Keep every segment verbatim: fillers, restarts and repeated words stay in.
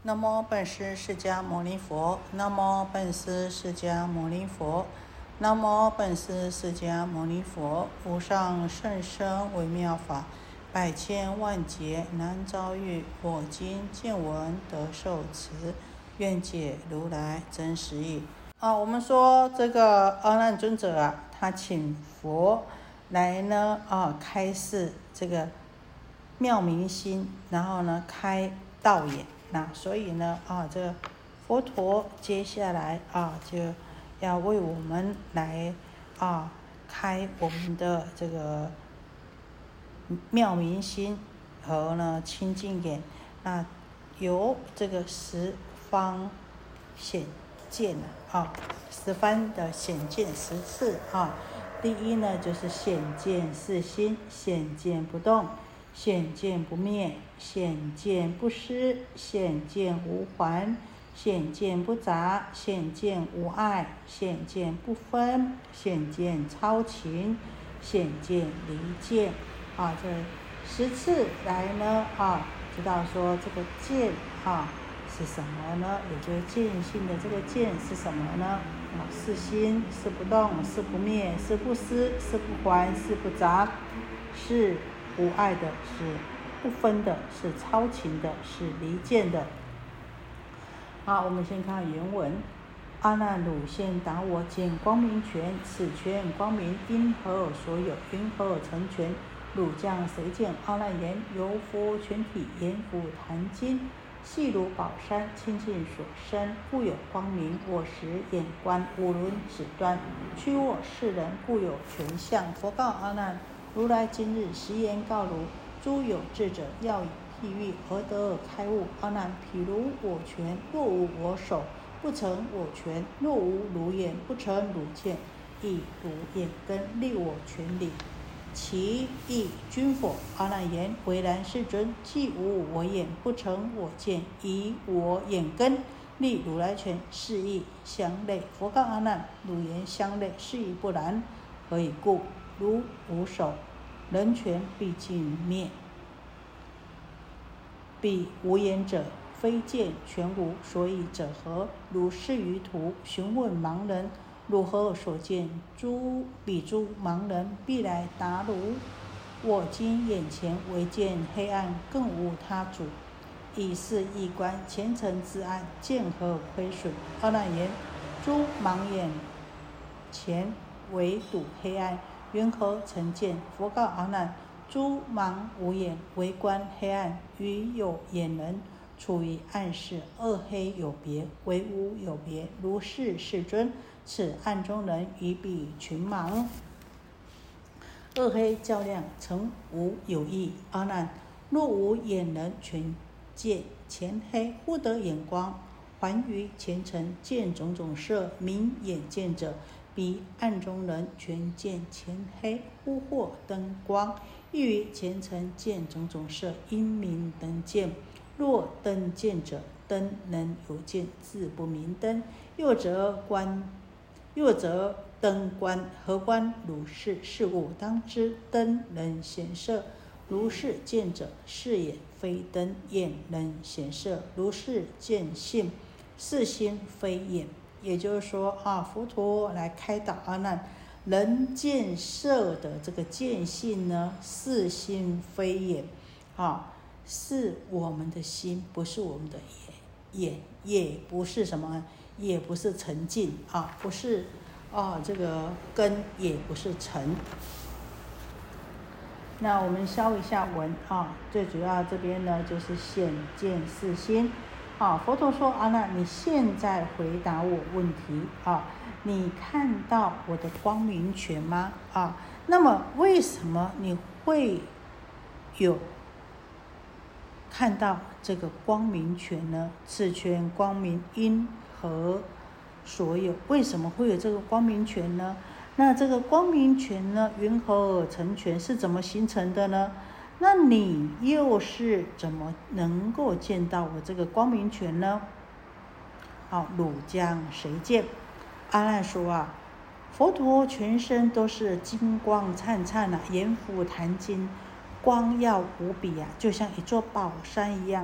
南无本师释迦牟尼佛，南无本师释迦牟尼佛，南无本师释迦牟尼佛。无上甚深微妙法，百千万劫难遭遇。我今见闻得受持，愿解如来真实义。啊，我们说这个阿难尊者啊，他请佛来呢啊开示这个妙明心，然后呢开道眼。那所以呢啊，这个佛陀接下来啊就要为我们来啊开我们的这个妙明心和呢清净眼，那由这个十方显见啊，十方的显见十次啊。第一呢就是显见四心，显见不动，显见不灭，显见不失，显见无还，显见不杂，显见无碍，显见不分，显见超情，显见离见啊。这十次来呢啊，知道说这个见啊是什么呢？也就是见性的这个见是什么呢？啊，是心，是不动，是不灭，是不失，是不还，是不杂，是无碍的，是不分的，是超情的，是离间的。好，我们先看原文。阿难汝现答我见光明权，此权光明因何而所有？云何而成权？汝将谁见？阿难言：由佛全体阎浮檀经，细如宝山，清净所生，故有光明。我实眼观五轮指端，屈我世人，故有权相。佛告阿难：如来今日实言告汝，诸有智者要以譬喻而得而开悟。阿难，譬如我权，若无我手，不成我权；若无汝眼，不成汝见。亦汝眼根立我权理，其意均否？阿难言：唯然世尊，既无我眼，不成我见，以我眼根立如来权，是亦相类。佛告阿难：汝言相类，是亦不然。何以故？如无手，人权必尽灭；彼无眼者，非见全无，所以者何？汝是于途，询问盲人，汝何所见？诸彼诸盲人必来答汝：我今眼前唯见黑暗，更无他主。以是一观，前尘之暗，见何亏损？阿难言：诸盲眼前唯睹黑暗，云何成见？佛告阿难：诸盲无眼，唯观黑暗，与有眼人处于暗室，二黑有别，唯无有别。如是世尊，此暗中人与彼群盲，二黑较量，曾无有异。阿难，若无眼人全见前黑，忽得眼光，还于前尘，见种种色，明眼见者，彼暗中人全见前黑，忽获灯光，亦于前尘见种种色，因明灯见。若灯见者，灯能有见，自不明灯。又则观，又则灯观，何观如是事物？当知灯能显色，如是见者，是也非灯，眼能显色，如是见性，是心非眼。也就是说啊，佛陀来开导阿难，人见色的这个见性呢，是心非眼啊，是我们的心，不是我们的眼，眼也不是什么，也不是沉静啊，不是啊，这个根也不是尘。那我们消一下文啊，最主要这边呢就是显见四心啊。佛陀说：阿难，你现在回答我问题啊，你看到我的光明权吗？啊，那么为什么你会有看到这个光明权呢？此权光明因何所有？为什么会有这个光明权呢？那这个光明权呢，云何而成权？是怎么形成的呢？那你又是怎么能够见到我这个光明权呢？好，汝将谁见？阿难说啊，佛陀全身都是金光灿灿啊，阎浮檀金光耀无比啊，就像一座宝山一样。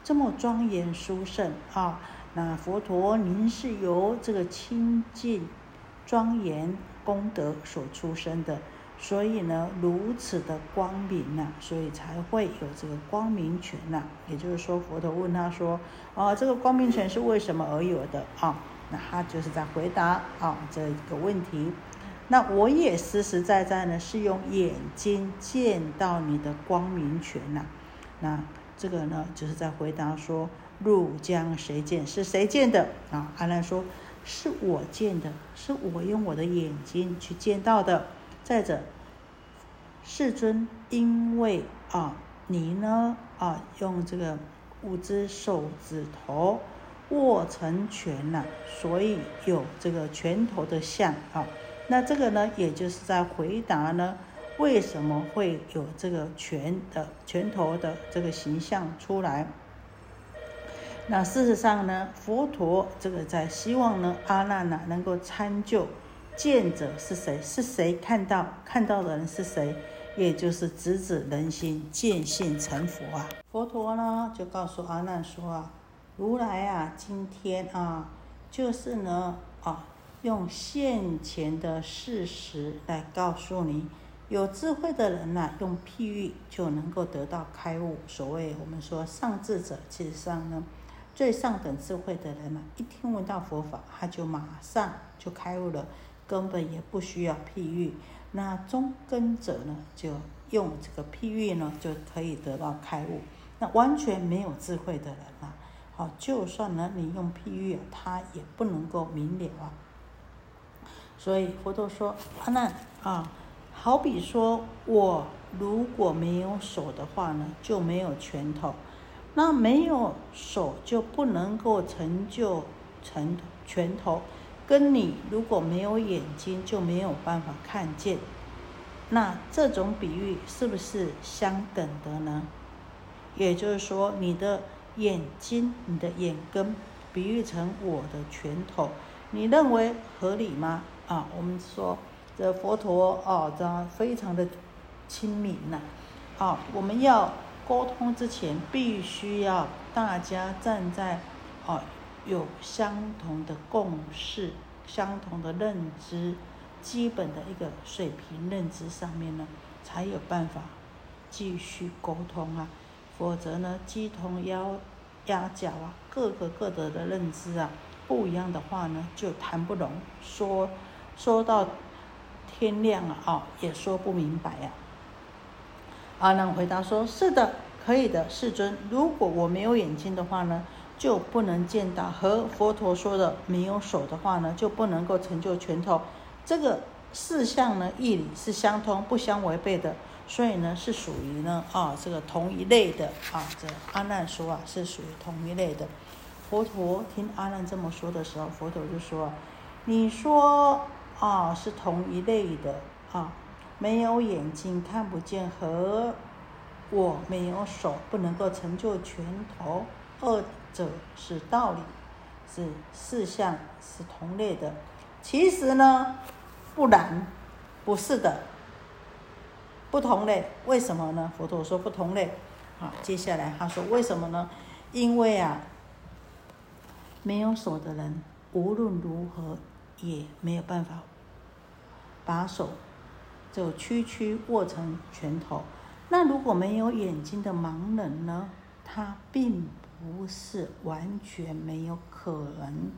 这么庄严殊胜啊。那佛陀您是由这个清净庄严功德所出生的，所以呢如此的光明呐、啊，所以才会有这个光明权呐、啊。也就是说，佛陀问他说啊，这个光明权是为什么而有的啊？那他就是在回答啊这个问题。那我也实实在在呢是用眼睛见到你的光明权呐、啊。那这个呢就是在回答说，入将谁见？是谁见的啊？阿难说，是我见的，是我用我的眼睛去见到的。再者，世尊，因为啊你呢啊用这个五只手指头握成拳呐、啊，所以有这个拳头的像啊。那这个呢，也就是在回答呢，为什么会有这个拳的拳头的这个形象出来？那事实上呢，佛陀这个在希望呢，阿难呢能够参究见者是谁，是谁看到看到的人是谁，也就是直指人心，见性成佛啊。佛陀呢就告诉阿难说啊，如来啊，今天啊，就是呢啊。用现前的事实来告诉你，有智慧的人呐、啊，用譬喻就能够得到开悟。所谓我们说上智者，其实上呢，最上等智慧的人呐、啊，一听闻到佛法，他就马上就开悟了，根本也不需要譬喻。那中根者呢，就用这个譬喻呢，就可以得到开悟。那完全没有智慧的人啊，好，就算呢你用譬喻，他也不能够明了啊。所以佛陀说，阿难啊，好比说我如果没有手的话呢，就没有拳头，那没有手就不能够成就成拳头，跟你如果没有眼睛就没有办法看见，那这种比喻是不是相等的呢？也就是说，你的眼睛，你的眼根比喻成我的拳头，你认为合理吗？啊，我们说这佛陀哦，这非常的亲民呐、啊。啊，我们要沟通之前，必须要大家站在哦有相同的共识、相同的认知、基本的一个水平认知上面呢，才有办法继续沟通啊。否则呢，鸡同鸭鸭脚啊，各个各的的认知啊不一样的话呢，就谈不拢，说。说到天亮了啊、哦，也说不明白呀、啊。阿难回答说：“是的，可以的，世尊。如果我没有眼睛的话呢，就不能见到；和佛陀说的没有手的话呢，就不能够成就拳头。这个四项呢，义理是相通，不相违背的，所以呢，是属于呢啊这个同一类的啊。这阿难说啊，是属于同一类的。佛陀听阿难这么说的时候，佛陀就说：你说。”啊，是同一类的啊，没有眼睛看不见和我没有手不能够成就拳头，二者是道理，是四项是同类的。其实呢，不然，不是的，不同类。为什么呢？佛陀说不同类。好，接下来他说为什么呢？因为啊，没有手的人无论如何也没有办法把手就区区握成拳头。那如果没有眼睛的盲人呢，他并不是完全没有可能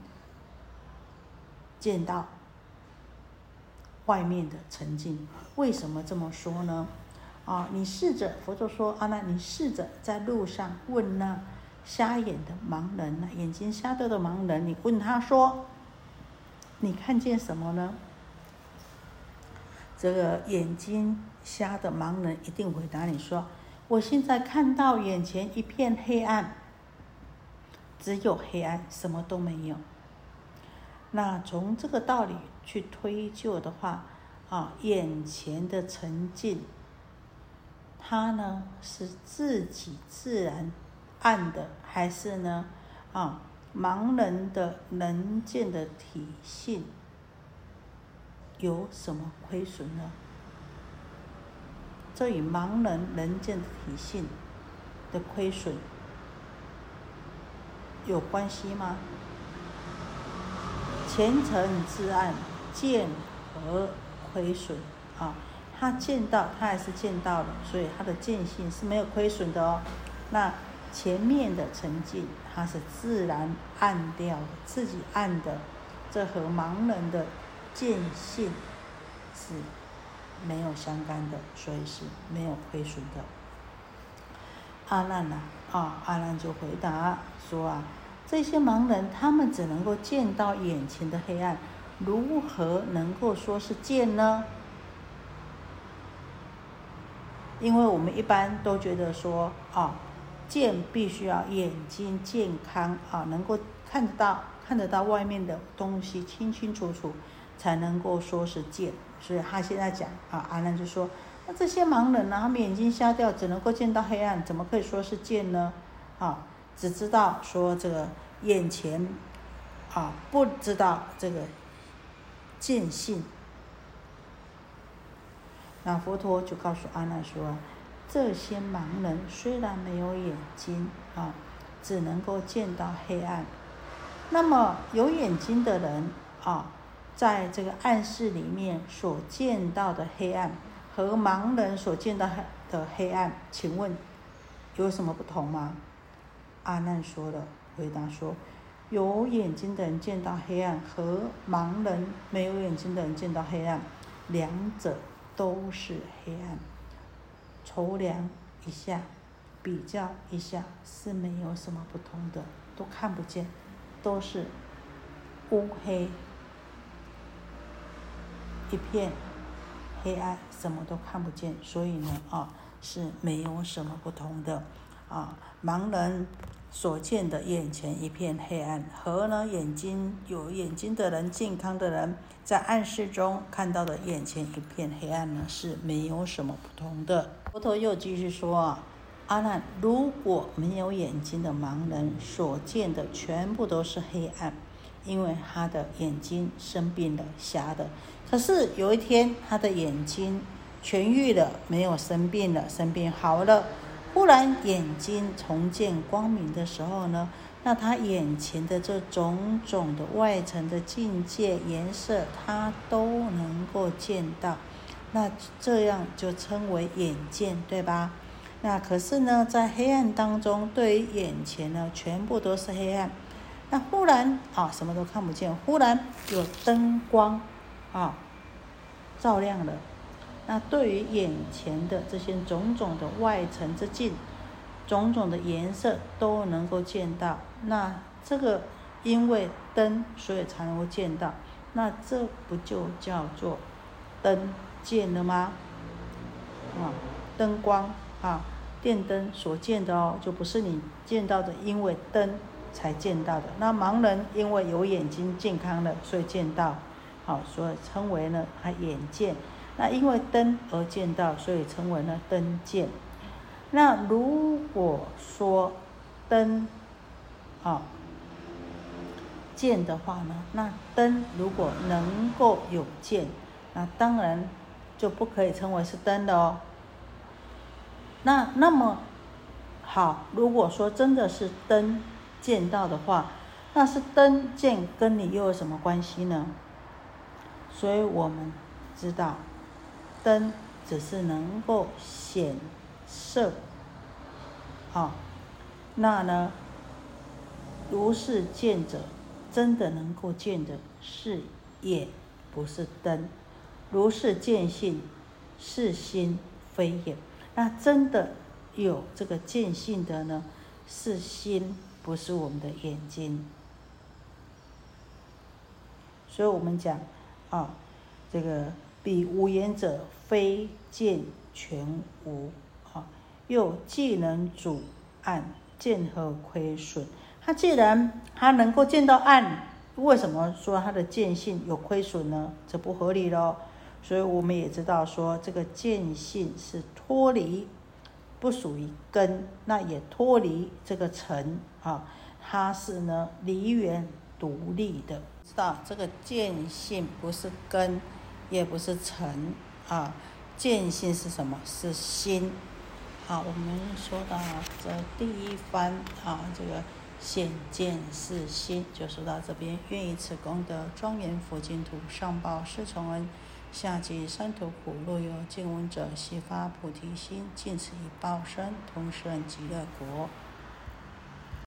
见到外面的沉静。为什么这么说呢？啊，你试着，佛陀说，阿难，你试着在路上问那瞎眼的盲人，那眼睛瞎掉的盲人，你问他说，你看见什么呢？这个眼睛瞎的盲人一定回答你说，我现在看到眼前一片黑暗，只有黑暗，什么都没有。那从这个道理去推究的话，啊，眼前的沉静，它呢是自己自然暗的，还是呢啊盲人的能见的体性有什么亏损呢？这与盲人能见的体性的亏损有关系吗？前程至暗，见和亏损啊，他见到，他还是见到了，所以他的见性是没有亏损的哦。那前面的沉静，它是自然暗掉的，自己暗的，这和盲人的见性是没有相干的，所以是没有亏损的。阿难啊，啊，阿难就回答说啊，这些盲人他们只能够见到眼前的黑暗，如何能够说是见呢？因为我们一般都觉得说啊，见必须要眼睛健康啊，能够看得到看得到外面的东西清清楚楚，才能够说是见。所以他现在讲啊，阿难就说，那这些盲人呢，他们眼睛瞎掉，只能够见到黑暗，怎么可以说是见呢？啊，只知道说这个眼前啊，不知道这个见性。那佛陀就告诉阿难说，这些盲人虽然没有眼睛啊，只能够见到黑暗。那么有眼睛的人啊，在这个暗室里面所见到的黑暗，和盲人所见到的黑暗，请问有什么不同吗？阿难说了，回答说，有眼睛的人见到黑暗，和盲人没有眼睛的人见到黑暗，两者都是黑暗。筹量一下，比较一下，是没有什么不同的，都看不见，都是乌黑一片黑暗，什么都看不见。所以呢啊，是没有什么不同的啊。盲人所见的眼前一片黑暗，和呢眼睛有眼睛的人，健康的人在暗室中看到的眼前一片黑暗呢，是没有什么不同的。佛陀又继续说啊，阿难，如果没有眼睛的盲人所见的全部都是黑暗，因为他的眼睛生病了，瞎的。可是有一天他的眼睛痊愈了，没有生病了，生病好了，忽然眼睛重见光明的时候呢，那他眼前的这种种的外层的境界颜色，他都能够见到，那这样就称为眼见，对吧？那可是呢，在黑暗当中，对于眼前呢，全部都是黑暗。那忽然啊，什么都看不见，忽然有灯光啊照亮了。那对于眼前的这些种种的外层之境，种种的颜色都能够见到。那这个因为灯，所以才能够见到。那这不就叫做灯见了吗？啊，灯光啊，电灯所见的哦，就不是你见到的，因为灯才见到的。那盲人因为有眼睛健康了，所以见到，好，所以称为呢他眼见。那因为灯而见到，所以称为呢灯见。那如果说灯啊见的话呢，那灯如果能够有见，那当然就不可以称为是灯的哦。那那么好，如果说真的是灯见到的话，那是灯见跟你又有什么关系呢？所以我们知道，灯只是能够显色，啊，那呢，如是见者，真的能够见的是眼，不是灯。如是见性，是心，非眼。那真的有这个见性的呢，是心，不是我们的眼睛。所以我们讲啊，这个彼无眼者，非见全无啊，又既能主暗，见何亏损？他既然他能够见到暗，为什么说他的见性有亏损呢？这不合理咯。所以我们也知道说，这个见性是脱离，不属于根，那也脱离这个尘啊，它是呢离缘独立的。知道这个见性不是根，也不是尘啊，见性是什么？是心。好，我们说到这第一番啊，这个显见四心，就说到这边。愿以此功德，庄严佛净土，上报四重恩，下济三途苦。若有见闻者，悉发菩提心，尽此一报身，同生极乐国。